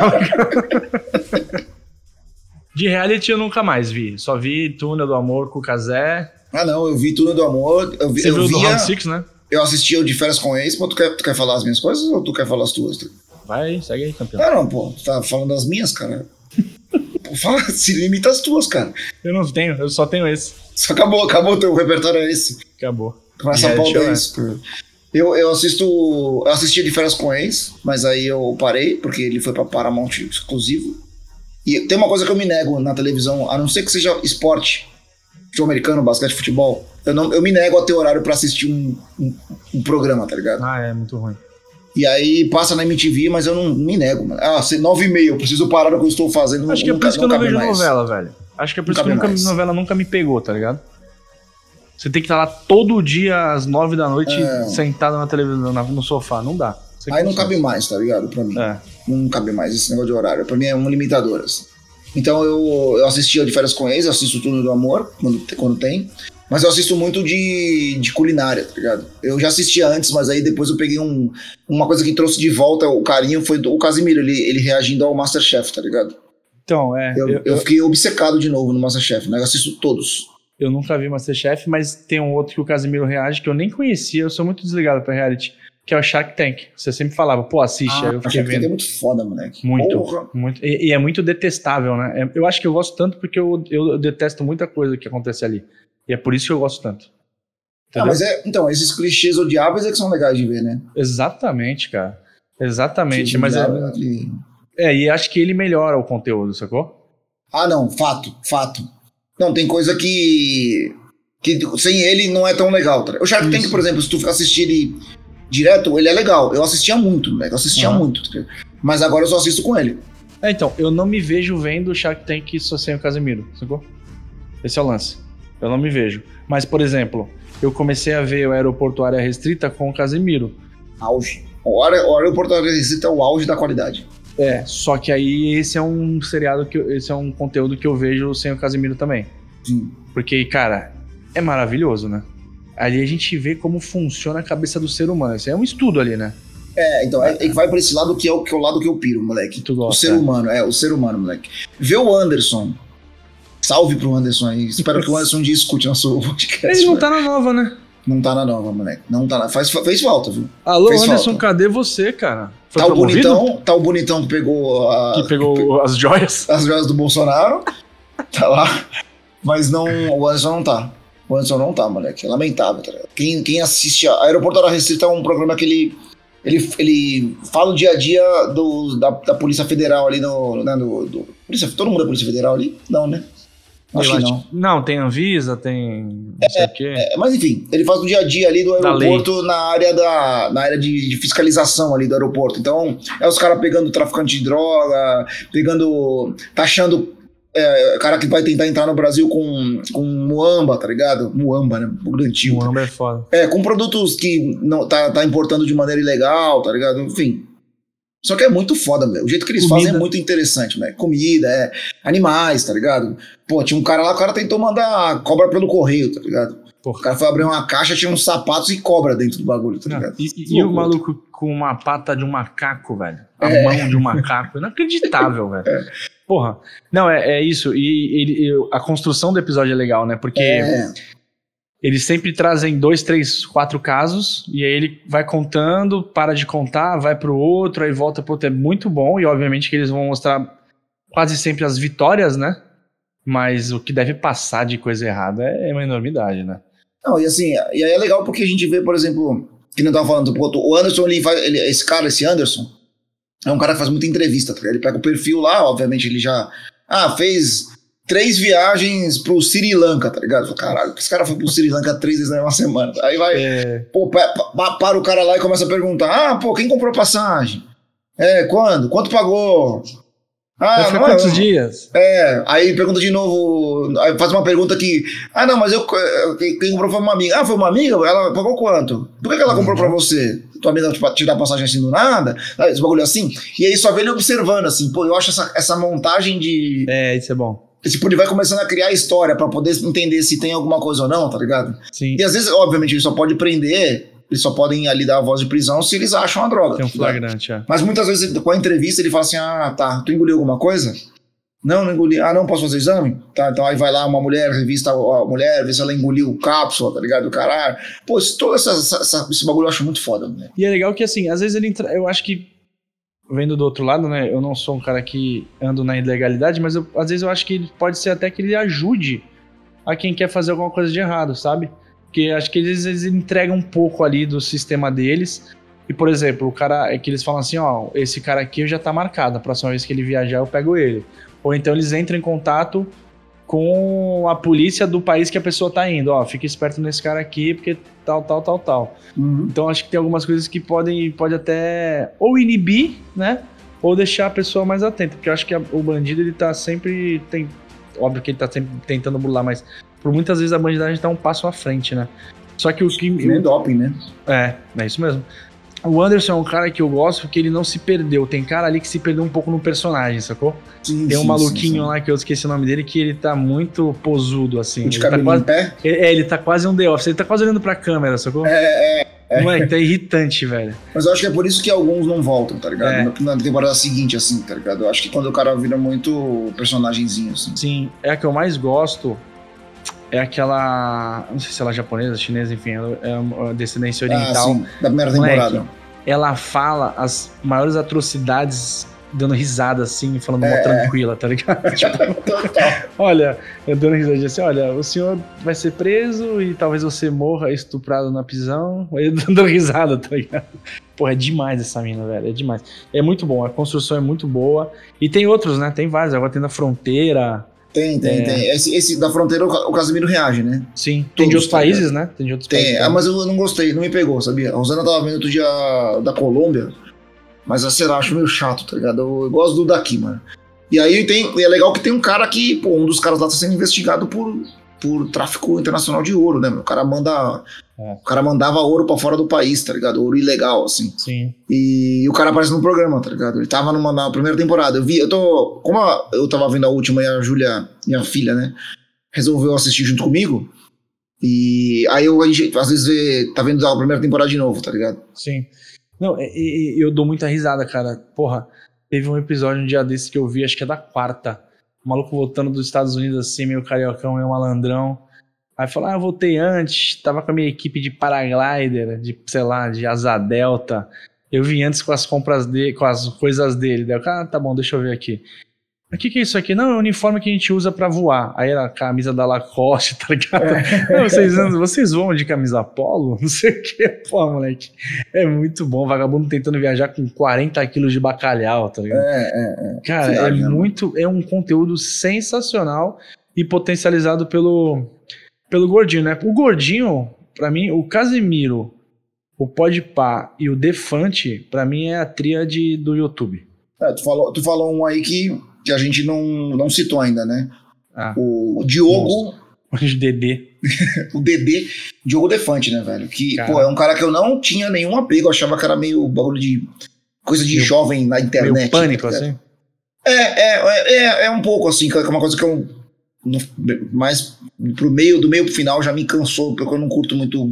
De reality eu nunca mais vi. Só vi Túnel do Amor com o Kazé. Ah, não, eu vi tudo do amor. Eu, vi, Você eu viu o do via. Round Six, né? Eu assistia o de férias com ex, mas tu quer, tu quer falar as minhas coisas ou tu quer falar as tuas? Vai, segue aí, campeão. Ah, não, pô. Tu tá falando das minhas, cara. Pô, fala, se limita às tuas, cara. Eu não tenho, eu só tenho esse. Só acabou, acabou, teu repertório é esse. Acabou. Com essa Reality pauta show, é isso. Eu, eu assisto. Eu assistia de férias com ex, mas aí eu parei, porque ele foi pra Paramount exclusivo. E tem uma coisa que eu me nego na televisão, a não ser que seja esporte, futebol americano, basquete, futebol. Eu, não, eu me nego a ter horário pra assistir um, um, um programa, tá ligado? Ah, é muito ruim. E aí passa na M T V, mas eu não me nego, mano. Ah, nove e meia, eu preciso parar o que eu estou fazendo. Acho que é por isso que eu não vejo novela, velho. Acho que é por isso que cabe nunca, mais. novela nunca me pegou, tá ligado? Você tem que estar lá todo dia às nove da noite É. sentado na televisão, na- no sofá. Não dá. Você Aí não consegue. cabe mais, tá ligado? Pra mim. É. Não cabe mais esse negócio de horário. Pra mim é um limitador, assim. Então eu, eu assistia de férias com ex, eu assisto Túnel do Amor, quando, quando tem. Mas eu assisto muito de, de culinária, tá ligado? Eu já assistia antes, mas aí depois eu peguei um, uma coisa que trouxe de volta o carinho, foi do, o Casimiro, ele, ele reagindo ao Masterchef, tá ligado? Então, é. Eu, Eu, eu, eu, fiquei obcecado de novo no Masterchef, né? Eu assisto todos. eu nunca vi Masterchef, mas tem um outro que o Casimiro reage que eu nem conhecia. Eu sou muito desligado pra reality, que é o Shark Tank. Você sempre falava, pô, assiste. aí eu fiquei Shark Tank é vendo. muito foda, moleque. Muito, Porra. muito. E, e é muito detestável, né? É- eu acho que eu gosto tanto porque eu, eu detesto muita coisa que acontece ali. E é por isso que eu gosto tanto. Ah, Entendeu? mas é, então, esses clichês odiáveis é que são legais de ver, né? Exatamente, cara. Exatamente. Clichês Mas é, odiáveis, aquele- é, e acho que ele melhora o conteúdo, sacou? Ah, não, fato, fato. Não, tem coisa que. que sem ele não é tão legal. Tá? O Shark Tank, Isso. por exemplo, se tu assistir ele direto, ele é legal. Eu assistia muito, né? Eu assistia Aham. muito. Tá? Mas agora eu só assisto com ele. É, então, eu não me vejo vendo o Shark Tank só sem o Casemiro, sacou? Esse é o lance. Eu não me vejo. Mas, por exemplo, eu comecei a ver o Aeroporto Área Restrita com o Casemiro. Auge. O Hora- o Aeroporto da Restrita é o auge da qualidade. É, só que aí esse é um seriado que eu, esse é um conteúdo que eu vejo sem o Casemiro também. Sim. Porque, cara, é maravilhoso, né? Ali a gente vê como funciona a cabeça do ser humano. Isso é um estudo ali, né? É, então, é, é que vai pra esse lado que é o, que é o lado que eu piro, moleque. Tu O gosta, ser é. humano, é, o ser humano, moleque. Vê o Anderson. Salve pro Anderson aí. Espero que o Anderson um dia escute nosso podcast. Ele não moleque. tá na nova, né? Não tá na nova, moleque. Não tá na. Faz, fez falta, viu? Alô, Fez Anderson, falta. cadê você, cara? Foi Tá o, promovido? bonitão, tá o bonitão que pegou a, Que pegou as joias? as joias do Bolsonaro. Tá lá. Mas não, o Anderson não tá. O Anderson não tá, moleque. É lamentável, tá ligado? Quem, quem assiste. A Aeroporto Hora Restrita é um programa que ele. Ele, ele fala o dia a dia do, da, da Polícia Federal ali no. Né, do, do- polícia, todo mundo é Polícia Federal ali? Não, né? Acho Eu que acho- não. Não, tem Anvisa, tem não sei o quê. É, mas enfim, ele faz no dia a dia ali do Da aeroporto na área, da, na área de, de fiscalização ali do aeroporto. Então, é os caras pegando traficante de droga, pegando. taxando. É, cara que vai tentar entrar no Brasil com, com muamba, tá ligado? Muamba, né? O antigo. O Amba é foda. É, com produtos que não tá, tá importando de maneira ilegal, tá ligado? Enfim. Só que é muito foda, velho. O jeito que eles Comida. fazem é muito interessante, velho. Comida, é. Animais, tá ligado? Pô, tinha um cara lá, o cara tentou mandar cobra pelo correio, tá ligado? Porra. O cara foi abrir uma caixa, tinha uns sapatos e cobra dentro do bagulho, tá Não, ligado? e, e- e o maluco com uma pata de um macaco, velho. A É. mão de um macaco. Inacreditável, velho. Porra. Não, é, é isso. E ele, eu- a construção do episódio é legal, né? Porque É. eles sempre trazem dois, três, quatro casos. E aí ele vai contando, para de contar, vai pro outro, aí volta pro outro. É muito bom. E obviamente que eles vão mostrar quase sempre as vitórias, né? Mas o que deve passar de coisa errada é uma enormidade, né? Não, e assim, e aí é legal porque a gente vê, por exemplo, que não tava falando, pô, o Anderson, ele faz, ele, esse cara, esse Anderson, é um cara que faz muita entrevista, tá ligado? Ele pega o perfil lá, obviamente ele já, ah, fez três viagens pro Sri Lanka, tá ligado? Fala, caralho, esse cara foi pro Sri Lanka três vezes na mesma semana. Aí vai, É, pô, pa- pa- para o cara lá e começa a perguntar, ah, pô, quem comprou passagem? É, quando? Quanto pagou? Ah, vai ficar não, quantos não. dias? É, aí pergunta de novo, aí faz uma pergunta que, ah não, mas eu, quem quem comprou foi uma amiga. Ah, foi uma amiga? Ela pagou quanto? Por que, que ela comprou pra você? Tua amiga te te dá passagem assim do nada? Ah, esse bagulho assim? E aí só vê ele observando assim, pô, eu acho essa, essa montagem de... É, isso é bom. Tipo, ele vai começando a criar história pra poder entender se tem alguma coisa ou não, tá ligado? Sim. E às vezes, obviamente, ele só pode prender, eles só podem ali dar a voz de prisão se eles acham a droga. Tem um tá ligado? flagrante, é. Mas muitas vezes, com a entrevista, ele fala assim, ah, tá, tu engoliu alguma coisa? Não, não engoli. Ah, não posso fazer exame? Tá, então aí vai lá uma mulher, revista a mulher, vê se ela engoliu cápsula, tá ligado? Caralho. Pô, isso, todo essa, essa- essa- esse bagulho eu acho muito foda, né? E é legal que, assim, às vezes ele entra. Eu acho que, vendo do outro lado, né? Eu não sou um cara que ando na ilegalidade, mas eu- às vezes eu acho que ele pode ser até que ele ajude a quem quer fazer alguma coisa de errado, sabe? Porque acho que eles, eles entregam um pouco ali do sistema deles. E, por exemplo, o cara é que eles falam assim: ó, esse cara aqui já tá marcado, a próxima vez que ele viajar eu pego ele. Ou então eles entram em contato com a polícia do país que a pessoa tá indo. Ó, fica esperto nesse cara aqui, porque tal, tal, tal, tal. Então acho que tem algumas coisas que podem pode até ou inibir, né? Ou deixar a pessoa mais atenta. Porque eu acho que a- o bandido, ele tá sempre. Tem, óbvio que ele tá sempre tentando burlar, mas por muitas vezes a bandidagem tá um passo à frente, né? Só que o que. Que nem doping, né? É, é isso mesmo. O Anderson é um cara que eu gosto porque ele não se perdeu. Tem cara ali que se perdeu um pouco no personagem, sacou? Sim, Tem um sim, maluquinho sim, sim. lá que eu esqueci o nome dele que ele tá muito posudo, assim. O de Ele tá cabelo quase, em pé? é, ele tá quase um The Office. Ele tá quase olhando pra câmera, sacou? É, é. Moleque, tá irritante, velho. Mas eu acho que é por isso que alguns não voltam, tá ligado? É. Na, na temporada seguinte, assim, tá ligado? Eu acho que quando o cara vira muito personagemzinho, assim. Sim, é a que eu mais gosto. É aquela. Não sei se ela é japonesa, chinesa, enfim, ela é uma descendência Ah, oriental. sim, da primeira Moleque, temporada. Ela fala as maiores atrocidades dando risada, assim, falando mó É. tranquila, tá ligado? Tipo, olha, eu dando risadinha assim, olha, o senhor vai ser preso e talvez você morra estuprado na prisão. Aí eu dando risada, tá ligado? Porra, é demais essa mina, velho, é demais. É muito bom, a construção é muito boa. E tem outros, né? Tem vários, agora tem da Fronteira. Tem, tem, É. tem. Esse, esse da fronteira, o Ca- o Casimiro reage, né? Sim, tem Todos, de outros tá países, né? Tem de outros Tem, países. ah, mas eu não gostei, não me pegou, sabia? A Rosana tava vendo outro dia da Colômbia, mas sei lá, acho meio chato, tá ligado? Eu, eu gosto do daqui, mano. E aí tem, e é legal que tem um cara que, pô, um dos caras lá tá sendo investigado por, por tráfico internacional de ouro, né? Meu? O cara manda. É. O cara mandava ouro pra fora do país, tá ligado? Ouro ilegal, assim. Sim. E o cara aparece no programa, tá ligado? Ele tava numa, na primeira temporada. Eu vi, eu tô. Como a- eu tava vendo a última e a Júlia, minha filha, né? Resolveu assistir junto comigo. E aí eu, a gente, às vezes, vê, tá vendo a primeira temporada de novo, tá ligado? Sim. Não, e, e- eu dou muita risada, cara. Porra, teve um episódio um dia desse que eu vi, acho que é da quarta. O maluco voltando dos Estados Unidos assim, meio cariocão, meio malandrão. Aí falou, ah, eu voltei antes, tava com a minha equipe de paraglider, de, sei lá, de asa delta. Eu vim antes com as compras dele, com as coisas dele. Daí eu, ah, tá bom, deixa eu ver aqui. O que que é isso aqui? Não, é o uniforme que a gente usa pra voar. Aí era a camisa da Lacoste, tá ligado? Não, vocês, andam- vocês voam de camisa polo? Não sei o que, pô, moleque. É muito bom, vagabundo tentando viajar com quarenta quilos de bacalhau, tá ligado? É, é, é. Cara, é Viagem, né? muito, é um conteúdo sensacional e potencializado pelo, pelo Gordinho, né? O Gordinho, pra mim, o Casimiro, o Podpah e o Defante, pra mim é a tríade do YouTube. É, tu, falou, tu falou um aí que, que a gente não, não citou ainda, né? Ah, O, o Diogo... o Dedê. o Dedê, Diogo Defante, né, velho? Que, Cara. pô, é um cara que eu não tinha nenhum apego, eu achava que era meio bagulho de... coisa de Meio- jovem na internet. Meio pânico, tá ligado? assim. É, é, é, é um pouco assim, que é uma coisa que eu... no- mais pro meio, do meio pro final já me cansou, porque eu não curto muito...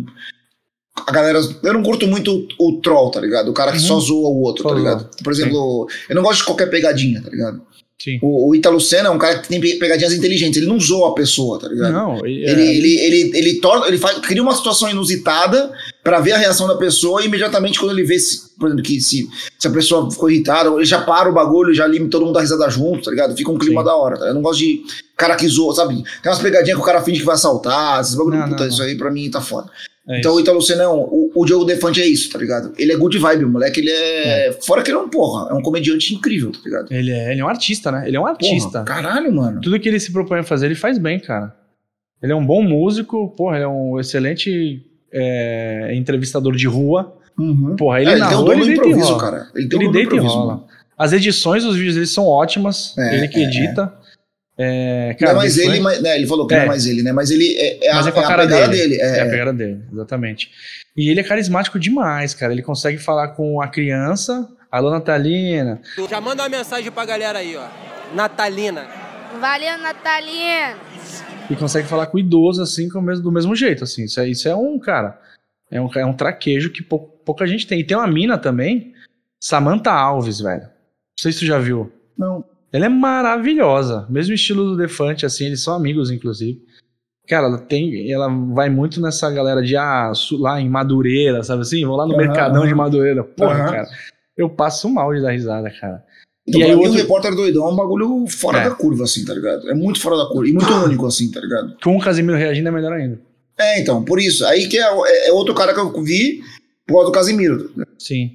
A galera... Eu não curto muito o, o troll, tá ligado? O cara que Uhum. só zoa o outro, Só tá zoa. ligado? Por exemplo, eu não gosto de qualquer pegadinha, tá ligado? Sim. O, o Ítalo Senna é um cara que tem pe- pegadinhas inteligentes, ele não zoa a pessoa, tá ligado? Não, ele, Ele, é, ele, ele, ele, torna, ele faz, cria uma situação inusitada pra ver a reação da pessoa e imediatamente quando ele vê, se, por exemplo, que se, se a pessoa ficou irritada, ele já para o bagulho, já ali todo mundo dá risada junto, tá ligado? Fica um clima Sim. da hora, tá? Eu não gosto de cara que zoa, sabe? Tem umas pegadinhas que o cara finge que vai assaltar, esses bagulho, Não, puta, não, isso não. aí pra mim tá foda. é Então o isso. Ítalo Senna, não, o, o Diogo Defante é isso, tá ligado? Ele é good vibe, o moleque, ele é... Fora que ele é um porra, é um comediante incrível, tá ligado? Ele, é, ele é um artista, né? Ele é um artista. Porra, caralho, mano. Tudo que ele se propõe a fazer, ele faz bem, cara. Ele é um bom músico, porra, ele é um excelente é, entrevistador de rua. Uhum. Porra, ele É, ele na tem o rua, dom do ele deita e improviso, rola. cara. Ele tem o Ele dom do deita e improviso, rola. mano. As edições dos vídeos dele são ótimas. É, ele que é, edita. É, Não cara, é mais Defante- ele, mas, né, ele falou que não É. é mais ele, né? Mas ele é, é Mas a, é com a é a cara pegada dele. dele. É, É a pegada dele, exatamente. E ele é carismático demais, cara. Ele consegue falar com a criança. Alô, Natalina. Já manda uma mensagem pra galera aí, ó. Natalina. Valeu, Natalina! E consegue falar com o idoso, assim, com o mesmo, do mesmo jeito, assim. Isso é, isso é um, cara... É um, é um traquejo que pou, pouca gente tem. E tem uma mina também, Samantha Alves, velho. Não sei se tu já viu. Não. Ela é maravilhosa. Mesmo estilo do Defante, assim, eles são amigos, inclusive. Cara, ela tem, ela vai muito nessa galera de, ah, su- lá em Madureira, sabe assim? Vou lá no Aham, Mercadão aham. de Madureira. Porra, Aham. cara. Eu passo mal de dar risada, cara. Então, E aí pra o mim, outro- o Repórter Doidão é um bagulho fora É. da curva, assim, tá ligado? É muito fora da curva. E muito único, assim, tá ligado? Com o Casimiro reagindo é melhor ainda. É, então, por isso. Aí que é, é, é outro cara que eu vi por causa do Casimiro. Sim.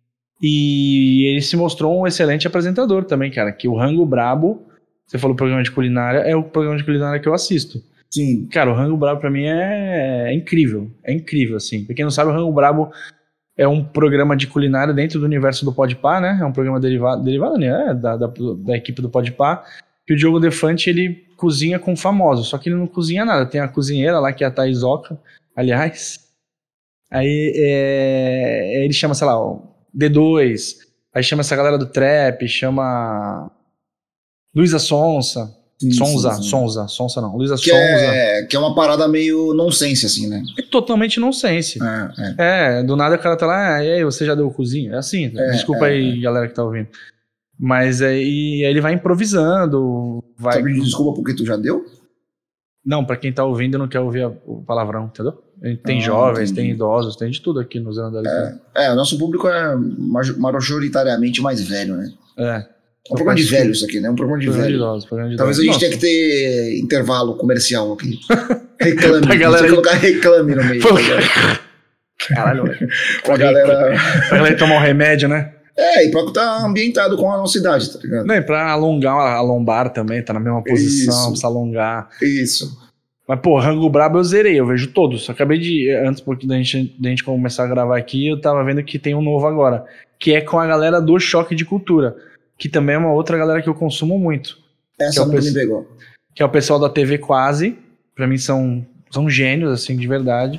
E ele se mostrou um excelente apresentador também, cara. Que o Rango Brabo, você falou programa de culinária, é o programa de culinária que eu assisto. Sim. Cara, o Rango Brabo pra mim é, é incrível. É incrível, assim. Pra quem não sabe, o Rango Brabo é um programa de culinária dentro do universo do Podpah, né? É um programa derivado, derivado né? É, da, da, da equipe do Podpah. Que o Diogo Defante, ele cozinha com famosos. Só que ele não cozinha nada. Tem a cozinheira lá, que é a Thaís Oca, aliás. Aí é, ele chama, sei lá, o D dois. Aí chama essa galera do trap, chama Luísa Sonsa. Sim, Sonza, sim, sim. Sonza, Sonsa não. Luísa Que Sonza. é, que é uma parada meio nonsense, assim, né? É totalmente nonsense. É, é. É, do nada o cara tá lá, ah, e aí, você já deu o cozinho? É assim, É, desculpa é, aí, galera que tá ouvindo. Mas aí, aí ele vai improvisando, vai... Tá pedindo desculpa porque tu já deu? Não, pra quem tá ouvindo e não quer ouvir a- o palavrão, entendeu? Tem Ah, jovens, entendi. tem idosos, tem de tudo aqui no Zona da Lista. É, o nosso público é maj- majoritariamente mais velho, né? É. É um programa de velho isso aqui, né? É um programa de Programa de velho. idosos, programa de Talvez a idosos. gente tenha que ter intervalo comercial aqui. Reclame. Pra galera A gente tem que aí- colocar reclame no meio. Pô, tá ligado? Caralho, velho. Pra galera. Pra galera tomar um remédio, né? É, e pra tá ambientado com a nossa idade, tá ligado? Não, e pra alongar a lombar também, tá na mesma posição, Isso. precisa alongar. Isso. Mas, pô, Rango Brabo eu zerei, eu vejo todos. Acabei de, antes porque da gente, da gente começar a gravar aqui, eu tava vendo que tem um novo agora, que é com a galera do Choque de Cultura, que também é uma outra galera que eu consumo muito, que é Essa o nunca pes- me pegou. que é o pessoal da T V Quase. Pra mim são, são gênios, assim, de verdade.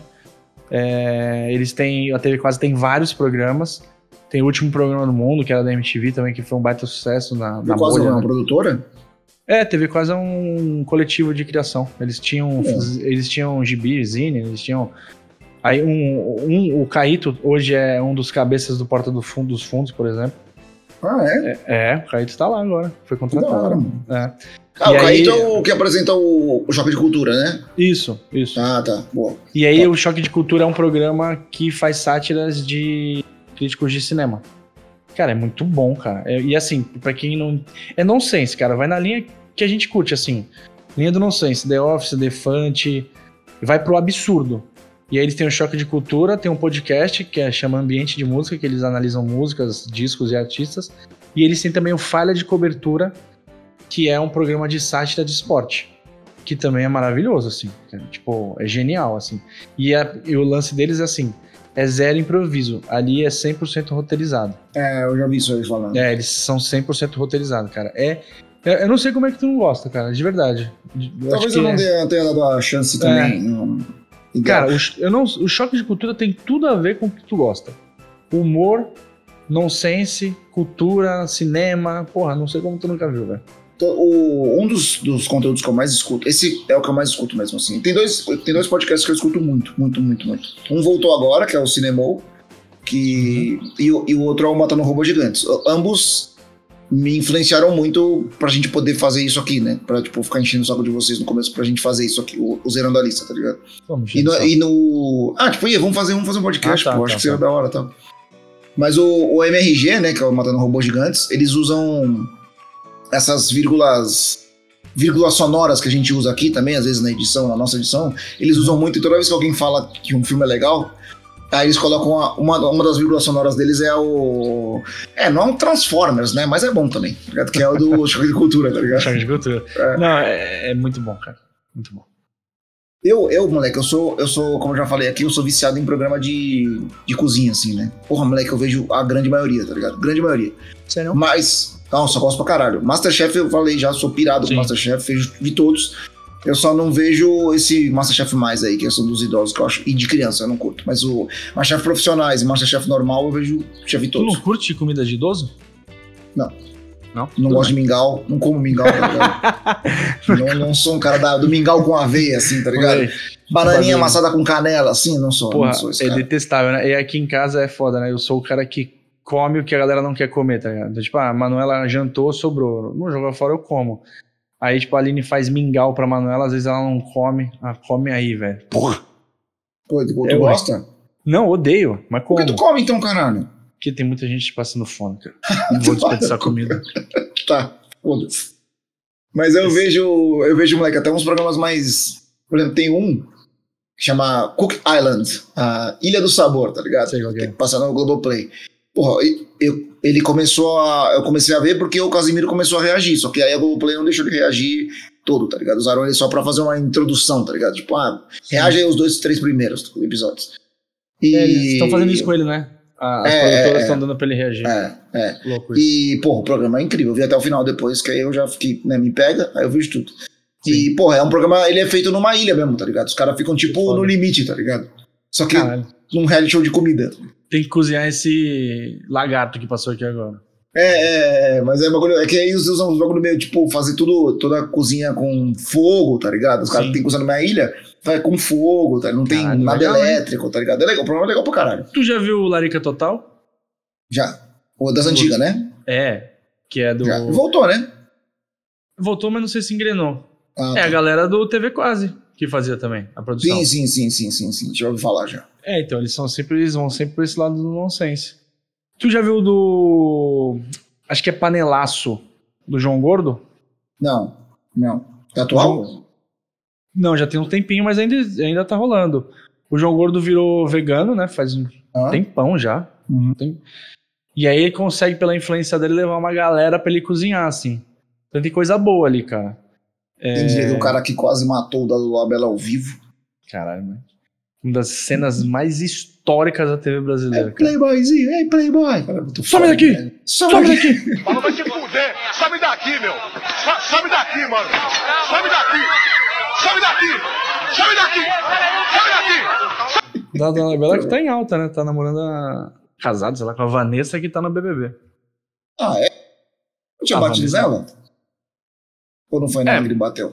É, eles têm, a T V Quase tem vários programas. Tem o último programa do mundo, que era da M T V também, que foi um baita sucesso na, na Por causa de bolha, uma né? produtora? É, T V Quase é um coletivo de criação. Eles tinham, É. eles tinham gibi, zine, eles tinham... Aí um, um, o Caíto hoje é um dos cabeças do Porta do Fundo, dos Fundos, por exemplo. Ah, é? É, o Caíto tá lá agora, foi Que da contratado. hora, mano. É. Ah, E o Caíto aí- é o que apresenta o, o Choque de Cultura, né? Isso, isso. Ah, tá. Boa. E aí o Choque de Cultura é um programa que faz sátiras de críticos de cinema. Cara, é muito bom, cara. É- e assim, pra quem não... É nonsense, cara. Vai na linha que a gente curte, assim. Linha do nonsense. The Office, Defante. Vai pro absurdo. E aí eles têm o Choque de Cultura, tem um podcast que é, chama Ambiente de Música, que eles analisam músicas, discos e artistas. E eles têm também o Falha de Cobertura, que é um programa de sátira de esporte. que também é maravilhoso, assim. Tipo, é genial, assim. E, a, e o lance deles é assim, é zero improviso. Ali é cem por cento roteirizado. É, eu já vi isso aí falando. É, eles são cem por cento roteirizados, cara. É, é, eu não sei como é que tu não gosta, cara, de verdade. Eu Talvez acho eu não que é- dê- tenha dado a chance também. não- Cara, o, ch- eu não, o choque de cultura tem tudo a ver com o que tu gosta. Humor, nonsense, cultura, cinema. Porra, não sei como tu nunca viu, velho. Então, o- um dos, dos conteúdos que eu mais escuto, esse é o que eu mais escuto mesmo, assim. Tem dois, tem dois podcasts que eu escuto muito, muito, muito, muito. Um voltou agora, que é o Cinemol, que, e, o- e o outro é o Matando Robôs Gigantes. Ambos me influenciaram muito pra gente poder fazer isso aqui, né? Pra, tipo, ficar enchendo o saco de vocês no começo pra gente fazer isso aqui, o, o Zerando a Lista, tá ligado? Vamos, E no, gente, e no... Ah, tipo, ia, vamos fazer, vamos fazer um podcast, Ah, tá, pô, acho tá, que seria tá. da hora, tá? Mas o, o M R G, né, que é o Matando Robôs Gigantes, eles usam essas vírgulas vírgulas sonoras que a gente usa aqui também, às vezes na edição, na nossa edição, eles usam muito, e toda vez que alguém fala que um filme é legal, aí eles colocam a- uma, uma das vírgulas sonoras deles é o... É, não é um Transformers, né, mas é bom também, tá ligado? Que é o do Choque de Cultura, tá ligado? Choque de cultura. É. Não, é, é muito bom, cara. Muito bom. Eu, eu, moleque, eu sou, eu sou, como eu já falei aqui, eu sou viciado em programa de, de cozinha, assim, né? Porra, moleque, eu vejo a grande maioria, tá ligado? Grande maioria. Sério? Mas, nossa, eu gosto pra caralho. Masterchef, eu falei já, sou pirado Sim. com Masterchef, vejo de todos. Eu só não vejo esse Masterchef mais aí, que são dos idosos, que eu acho, e de criança, eu não curto. Mas o Masterchef profissionais e Masterchef normal, eu vejo chef Tu todos. não curte comida de idoso? Não. Não? Não Tudo gosto bem. de mingau, não como mingau, tá ligado? não, não sou um cara da- do mingau com aveia, assim, tá ligado? Ué, Bananinha bagulho. amassada com canela, assim, não sou, Porra, não sou esse é cara. detestável, né? E aqui em casa é foda, né? Eu sou o cara que come o que a galera não quer comer, tá ligado? Então, tipo, ah, a Manuela jantou, sobrou. Não jogou fora, eu como. Aí, tipo, a Aline faz mingau pra Manuela, às vezes ela não come. Ah, come aí, velho. Porra! Pô, tu tu Eu- gosta? Não, odeio, mas Por como? que tu come então, caralho? Porque tem muita gente passando fome, cara. Não vou desperdiçar comida. Tá, foda-se. Mas eu vejo, eu vejo, moleque, até uns programas mais... Por exemplo, tem um que chama Cook Island, a Ilha do Sabor, tá ligado? Sei qual que é. Tem que passar no Globoplay. Porra, e- eu, ele começou a... Eu comecei a ver porque o Casimiro começou a reagir, só que aí a Globoplay não deixou ele reagir todo, tá ligado? Usaram ele só pra fazer uma introdução, tá ligado? Tipo, ah, reage aí os dois, três primeiros episódios. E... É, eles estão fazendo isso com ele, né? A- As É, produtoras é, estão é. dando pra ele reagir. É, é. Louco isso. E, porra, o programa é incrível. Eu vi até o final depois, que aí eu já fiquei, né, me pega, aí eu vejo tudo. E, porra, é um programa, ele é feito numa ilha mesmo, tá ligado? Os caras ficam, tipo, Foda. no limite, tá ligado? Só que Caralho. num reality show de comida. Tem que cozinhar esse lagarto que passou aqui agora. É, é, é, mas é, bagulho, é que aí eles usam os bagulho meio, tipo, fazer tudo, toda a cozinha com fogo, tá ligado? Os caras Sim. têm que cozinhar numa ilha, tá com fogo, tá? Não tem Caralho, nada legal, né? elétrico, tá ligado? É legal, o programa é legal pra caralho. Tu já viu o Larica Total? Já. O das antigas, né? É. Que é do. Já. Voltou, né? Voltou, mas não sei se engrenou. Ah, É a tá. galera do T V Quase que fazia também a produção. Sim, sim, sim, sim, sim, sim. Já ouvi falar já. É, então eles são sempre, eles vão sempre por esse lado do nonsense. Tu já viu do. Acho que é Panelaço, do João Gordo? Não, não. É atual? João- Não, já tem um tempinho, mas ainda, ainda tá rolando. O João Gordo virou vegano, né? Faz um Ah. tempão já. Uhum. Tem- E aí ele consegue, pela influência dele, levar uma galera pra ele cozinhar, assim. Então tem coisa boa ali, cara. Tem dia que o cara que quase matou o Dado Labella ao vivo. Caralho, mano. Uma das cenas mais históricas da T V brasileira, É cara. Playboyzinho, ei Playboy. Cara, muito Some foda, daqui! né? Some Some daqui! Fala, vai te fuder! Some daqui, meu! Sa- Some daqui, mano! Some daqui! Some daqui! Some daqui! Some daqui! Dada Labella que tá em alta, né? Tá namorando a... Casado, sei lá, com a Vanessa que tá no B B B. Ah, é? Eu tinha Ah, batido Vanessa. nela? Ou não foi nela É. que ele bateu?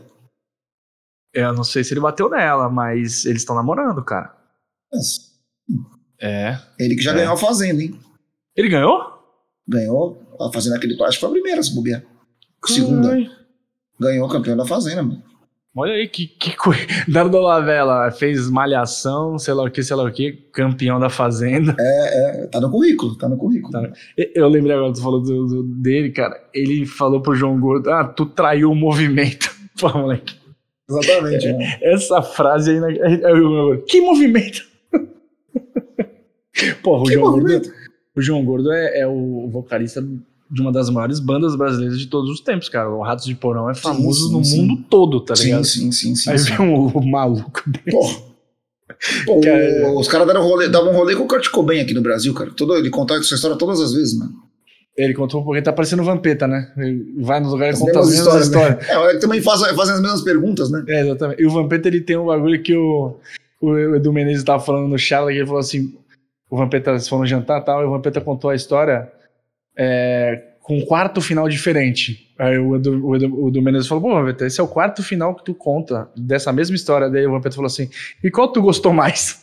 Eu não sei se ele bateu nela, mas eles estão namorando, cara. Mas É. ele que já É. ganhou a Fazenda, hein? Ele ganhou? Ganhou a Fazenda aquele acho que foi a primeira, se bobear. Segunda. Ai. Ganhou campeão da Fazenda, mano. Olha aí que, que coisa. Dado Lavella fez malhação, sei lá o que, sei lá o que, campeão da Fazenda. É, tá no currículo, tá no currículo. Tá. Eu lembrei agora, tu falou do, do- dele, cara. Ele falou pro João Gordo: ah, tu traiu o movimento. Pô, moleque. Exatamente, né? Essa frase aí. Na... aí o João Gordo, que movimento? Porra, o Que João movimento? Gordo. O João Gordo é, é o vocalista de uma das maiores bandas brasileiras de todos os tempos, cara. O Ratos de Porão é famoso sim, no sim. mundo todo, tá Sim, ligado? sim, sim, sim. Aí sim. vem o, o maluco desse. Porra. Pô, Cara, os caras davam um rolê, davam um rolê com o Kurt Cobain aqui no Brasil, cara. Todo, ele conta essa história todas as vezes, mano. Ele contou porque tá parecendo o Vampeta, né? Ele vai nos lugares e As conta as mesmas mesmas histórias, histórias. né? É, ele também faz, fazem as mesmas perguntas, né? É, exatamente. E o Vampeta, ele tem um bagulho que o, o Edu Menezes tava falando no Charla, que ele falou assim, o Vampeta, eles foram jantar e tal, e o Vampeta contou a história é, com um quarto final diferente. Aí o Edu, o Edu, o Edu Menezes falou, pô, Vampeta, esse é o quarto final que tu conta dessa mesma história. Daí o Vampeta falou assim, e qual tu gostou mais?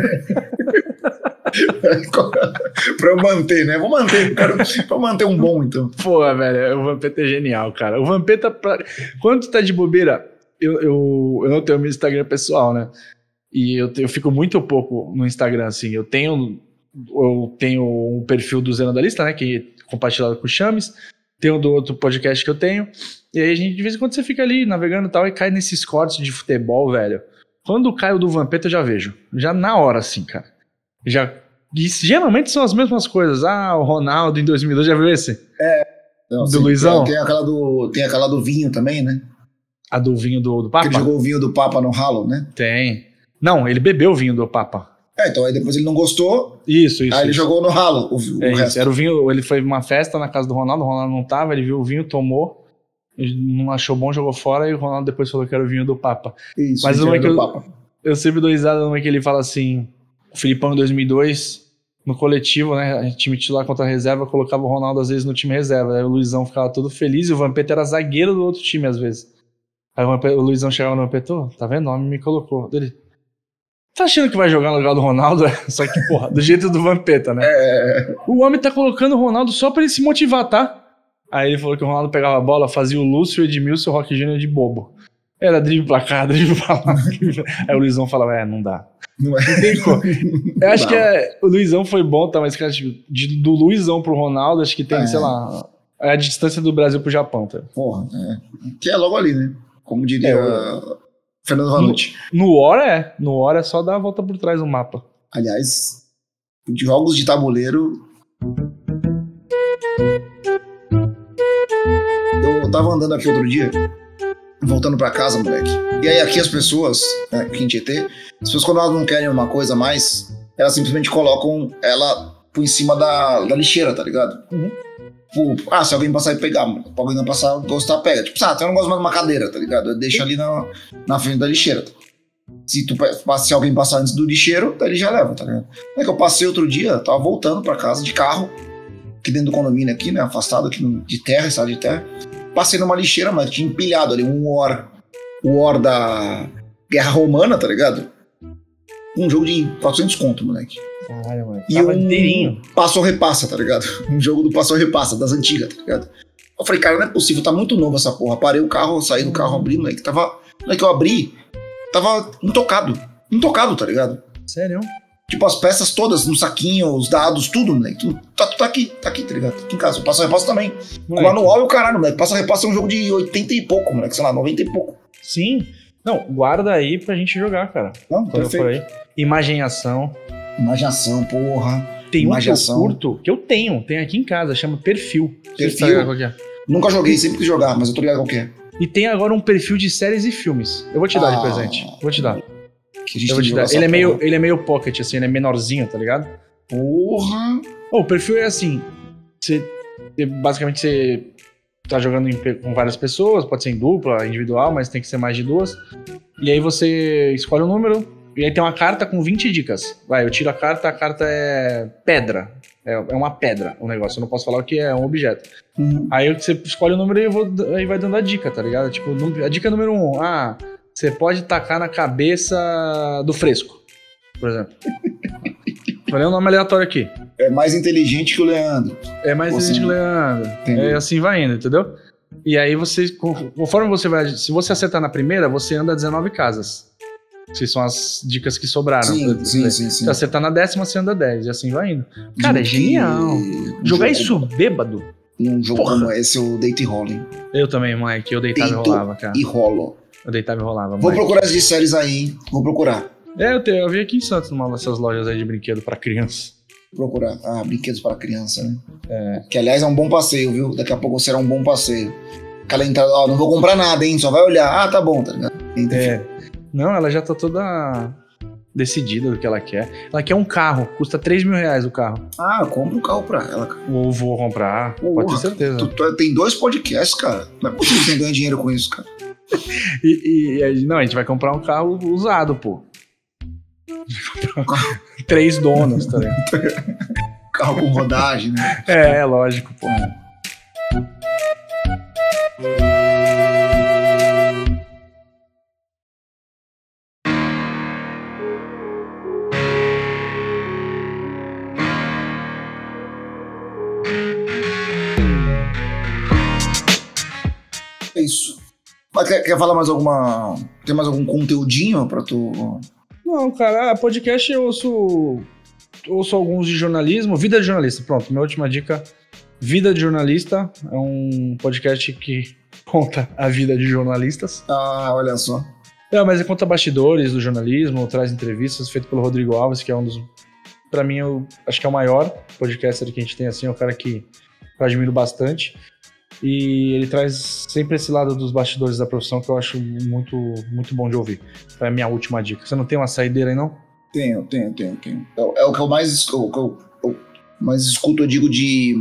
Pra eu manter, né? Vou manter, eu quero, pra manter um bom, então. Pô, velho, o Vampeta é genial, cara. O Vampeta, pra... quando tu tá de bobeira, eu, eu, eu não tenho meu Instagram pessoal, né? E eu, eu fico muito pouco no Instagram, assim. Eu tenho, eu tenho um perfil do Zero da Lista, né? Que é compartilhado com o Chames. Tenho do outro podcast que eu tenho. E aí, a gente, de vez em quando, você fica ali navegando e tal, e cai nesses cortes de futebol, velho. Quando cai o do Vampeta, eu já vejo. Já na hora, assim, cara. Já... E geralmente são as mesmas coisas. Ah, o Ronaldo em dois mil e dois, já viu esse? É. Não, Do sim, Luizão? Tem, tem, aquela do, tem aquela do vinho também, né? A do vinho do, do Que Papa? ele jogou o vinho do Papa no ralo, né? Tem. Não, ele bebeu o vinho do Papa. É, então aí depois ele não gostou, Isso, isso. aí ele isso. jogou no ralo o, o É isso, resto. era o vinho, ele foi numa festa na casa do Ronaldo, o Ronaldo não tava, ele viu o vinho, tomou, ele não achou bom, jogou fora, e o Ronaldo depois falou que era o vinho do Papa. Isso, Mas ele uma que tirou eu, do Papa. eu sempre dou risada numa que ele fala assim, o Filipão em dois mil e dois, no coletivo, né, time titular contra a reserva, colocava o Ronaldo às vezes no time reserva, aí o Luizão ficava todo feliz, e o Vampeta era zagueiro do outro time às vezes. Aí o, Vampeta, o Luizão chegava no Vampeta, oh, tá vendo, o homem me colocou. Ele, tá achando que vai jogar no lugar do Ronaldo? Só que, porra, do jeito do Vampeta, né? É, O homem tá colocando o Ronaldo só pra ele se motivar, tá? Aí ele falou que o Ronaldo pegava a bola, fazia o Lúcio, o Edmilson e o Roque Júnior de bobo. Era drible pra cá, drible pra lá. Aí o Luizão falava, é, não dá. não é. Não tem como. Eu acho Não. que é, o Luizão foi bom, tá? Mas, cara, tipo, de- do Luizão pro Ronaldo, acho que tem, É. sei lá, é a distância do Brasil pro Japão, tá? Porra, é. Que é logo ali, né? Como diria É, o- Fernando Vanucci. No hora é. No hora é só dar a volta por trás do mapa. Aliás, de jogos de tabuleiro. Eu tava andando aqui outro dia, voltando pra casa, moleque. E aí aqui as pessoas, né, aqui em Tietê, as pessoas quando elas não querem uma coisa a mais, elas simplesmente colocam ela por em cima da, da lixeira, tá ligado? Uhum. Tipo, ah, se alguém passar e pegar, mano. Se alguém não passar, gostar, pega. Tipo, ah, eu não gosto mais de uma cadeira, tá ligado? Eu deixo ali na, na frente da lixeira. Se, tu, se alguém passar antes do lixeiro, daí ele já leva, tá ligado? É que eu passei outro dia, tava voltando pra casa de carro, aqui dentro do condomínio aqui, né? Afastado aqui no, de terra, estado de terra. Passei numa lixeira, mas tinha empilhado ali um War. O War da Guerra Romana, tá ligado? Um jogo de quatrocentos conto, moleque. Caralho, mano. E Tava um inteirinho. passo ou repassa, tá ligado? Um jogo do passo ou repassa, das antigas, tá ligado? Eu falei, cara, não é possível, tá muito novo essa porra. Parei o carro, saí do carro, abri, moleque. Tava. Moleque, eu abri, tava intocado. Intocado, tá ligado? Sério? Tipo, as peças todas no saquinho, os dados, tudo, moleque. Tá, tá aqui, tá aqui, tá ligado? Tá aqui em casa. O passo ou repassa também. O Moleque. manual e o caralho, moleque. Passo ou repassa é um jogo de oitenta e pouco, moleque. Sei lá, noventa e pouco. Sim. Não, guarda aí pra gente jogar, cara. Não, Quando eu for perfeito. aí. Imagem em ação. Imaginação, porra. Tem um que eu Imaginação. curto, que eu tenho, tem aqui em casa, chama Perfil. Não sei se Perfil? tá ligado qual que é. Nunca joguei, sempre quis jogar, mas eu tô ligado qual que é. E tem agora um perfil de séries e filmes. Eu vou te dar de Ah. presente. Vou te dar. Que a gente Eu vou tem que te jogar dar. essa Ele é, meio, porra. ele é meio pocket, assim, ele é menorzinho, tá ligado? Porra. Oh, o perfil é assim. Você, você- basicamente você tá jogando em pe- com várias pessoas, pode ser em dupla, individual, mas tem que ser mais de duas. E aí você escolhe um número, e aí tem uma carta com vinte dicas. Vai, eu tiro a carta, a carta é pedra. É, é uma pedra o negócio, eu não posso falar o que é, é um objeto. Hum. Aí você escolhe o número e eu vou, aí vai dando a dica, tá ligado? Tipo, num- a dica número um, ah, você pode tacar na cabeça do fresco, por exemplo. Falei um nome aleatório aqui. É mais inteligente que o Leandro. É mais Ou exigente que o assim, Leandro. entendi. É assim vai indo, entendeu? E aí você, conforme você vai, se você acertar na primeira, você anda dezenove casas. Que são as dicas que sobraram. Sim, sim, sim, sim. Se acertar na décima, você anda dez, e assim vai indo. Cara, é Que- genial. um Jogar jogo- isso bêbado. Num jogo Porra. como esse, eu deito e rolo, hein? Eu também, Mike, eu deitava e Deito rolava, cara. E rolo. Eu deitava e rolava, Vou Mike. procurar as de séries aí, hein? Vou procurar. É, eu, te, eu vi aqui em Santos numa dessas lojas aí de brinquedo pra criança. Procurar. Ah, brinquedos para criança, né? É. Que, aliás, é um bom passeio, viu? Daqui a pouco será um bom passeio. Aquela entrada, ó, não vou comprar nada, hein? Só vai olhar. Ah, tá bom, tá ligado? É. Não, ela já tá toda decidida do que ela quer. Ela quer um carro. Custa três mil reais o carro. Ah, eu compro um carro pra ela. Ou vou comprar. Porra, pode ter certeza. Tu, tu, tem dois podcasts, cara. Não é possível que você ganhe dinheiro com isso, cara. e, e, não, a gente vai comprar um carro usado, pô. Três donos, tá ligado? Carro com rodagem, né? É, é lógico, pô. É isso. Mas quer, quer falar mais alguma... Tem mais algum conteúdinho pra tu... Não, cara, podcast eu ouço... ouço alguns de jornalismo. Vida de Jornalista, pronto. Minha última dica. Vida de Jornalista é um podcast que conta a vida de jornalistas. Ah, olha só. É, mas ele conta bastidores do jornalismo, traz entrevistas feito pelo Rodrigo Alves, que é um dos... Pra mim, eu acho que é o maior podcaster que a gente tem, assim. É um cara que eu admiro bastante. E ele traz sempre esse lado dos bastidores da profissão que eu acho muito, muito bom de ouvir. É a minha última dica. Você não tem uma saideira aí, não? Tenho, tenho, tenho, tenho. É, é o que eu mais, o que eu, eu mais escuto, eu digo, de,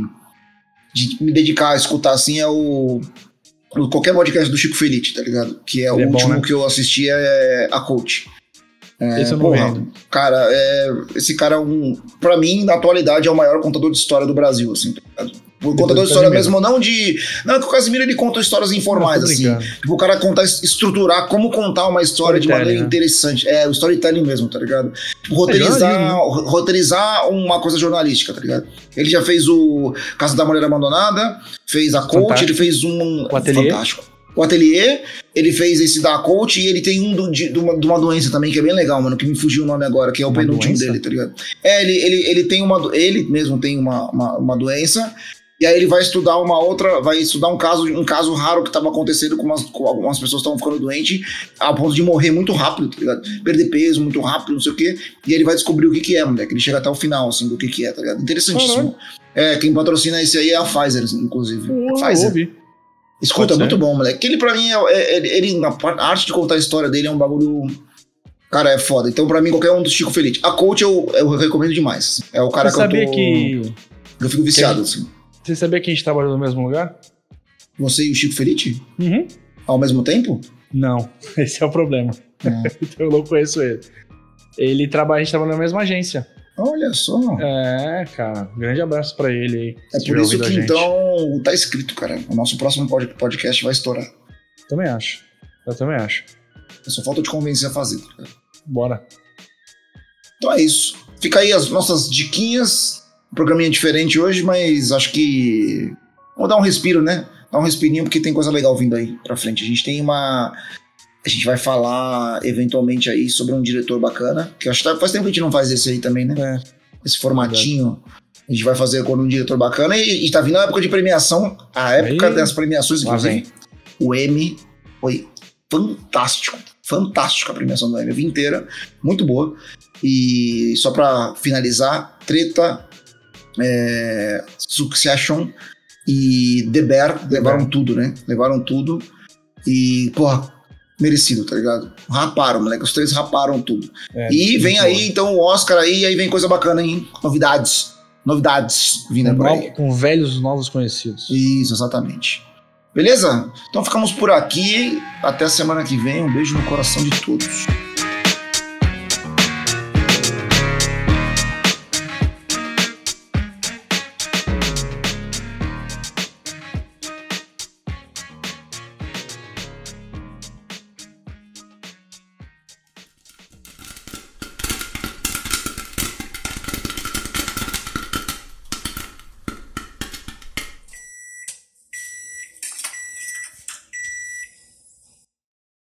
de me dedicar a escutar, assim, é o, o qualquer podcast do Chico Felitti, tá ligado? Que é ele o é último bom, né? Que eu assisti é a Coach. É, esse eu não porra, vendo. Cara, é, esse cara é um... Pra mim, na atualidade, é o maior contador de história do Brasil, assim, tá ligado? O contador de história mesmo, não de... Não, que o Casimiro, ele conta histórias informais, não, assim. Tipo, o cara contar, estruturar como contar uma história de maneira né? interessante. É, o storytelling mesmo, tá ligado? Tipo, roteirizar, é roteirizar uma coisa jornalística, tá ligado? Ele já fez o Casa da Mulher Abandonada, fez a Coach, fantástico. Ele fez um... O Ateliê. Fantástico. O Ateliê, ele fez esse da Coach e ele tem um do, de, de, uma, de uma doença também que é bem legal, mano, que me fugiu o nome agora, que é o uma penúltimo doença? Dele, tá ligado? É, ele, ele, ele tem uma... Ele mesmo tem uma, uma, uma doença... E aí ele vai estudar uma outra, vai estudar um caso, um caso raro que estava acontecendo com, umas, com algumas pessoas que estavam ficando doentes a ponto de morrer muito rápido, tá ligado? Perder peso muito rápido, não sei o quê. E ele vai descobrir o que que é, moleque. Ele chega até o final, assim, do que que é, tá ligado? Interessantíssimo. Caramba. É, quem patrocina esse aí é a Pfizer, inclusive. Uh, a Pfizer. Ouvi. Escuta, é muito bom, moleque. Aquele pra mim, é, é, ele, na arte de contar a história dele é um bagulho... Cara, é foda. Então pra mim, qualquer um do Chico Felitti. A Coach eu, eu recomendo demais. É o cara Você que eu tô... sabia que... Eu fico viciado, assim. Você sabia que a gente trabalhou no mesmo lugar? Você e o Chico Felitti? Uhum. Ao mesmo tempo? Não, esse é o problema. Hum. Eu não conheço ele. Ele trabalha, a gente trabalha na mesma agência. Olha só. É, cara. Um grande abraço pra ele aí. É por isso que então tá escrito, cara. O nosso próximo podcast vai estourar. Também acho. Eu também acho. Eu só falta te convencer a fazer, cara. Bora. Então é isso. Fica aí as nossas diquinhas. Um programinha diferente hoje, mas acho que... Vamos dar um respiro, né? Dar um respirinho, porque tem coisa legal vindo aí pra frente. A gente tem uma... A gente vai falar, eventualmente, aí sobre um diretor bacana, que acho que faz tempo que a gente não faz esse aí também, né? É. Esse formatinho. A gente vai fazer com um diretor bacana e, e tá vindo a época de premiação. A época aí, das premiações, inclusive. O Emmy foi fantástico. Fantástica a premiação do Emmy. A vida inteira. Muito boa. E só pra finalizar, Treta... É, Succession e The Bear The levaram Bear. tudo, né? Levaram tudo e, porra, merecido, tá ligado? Raparam, moleque, os três raparam tudo. É, e vem aí, bom. Então, o Oscar aí, e aí vem coisa bacana, hein? Novidades, novidades vindo por aí. Com velhos novos conhecidos. Isso, exatamente. Beleza? Então ficamos por aqui, até a semana que vem, um beijo no coração de todos.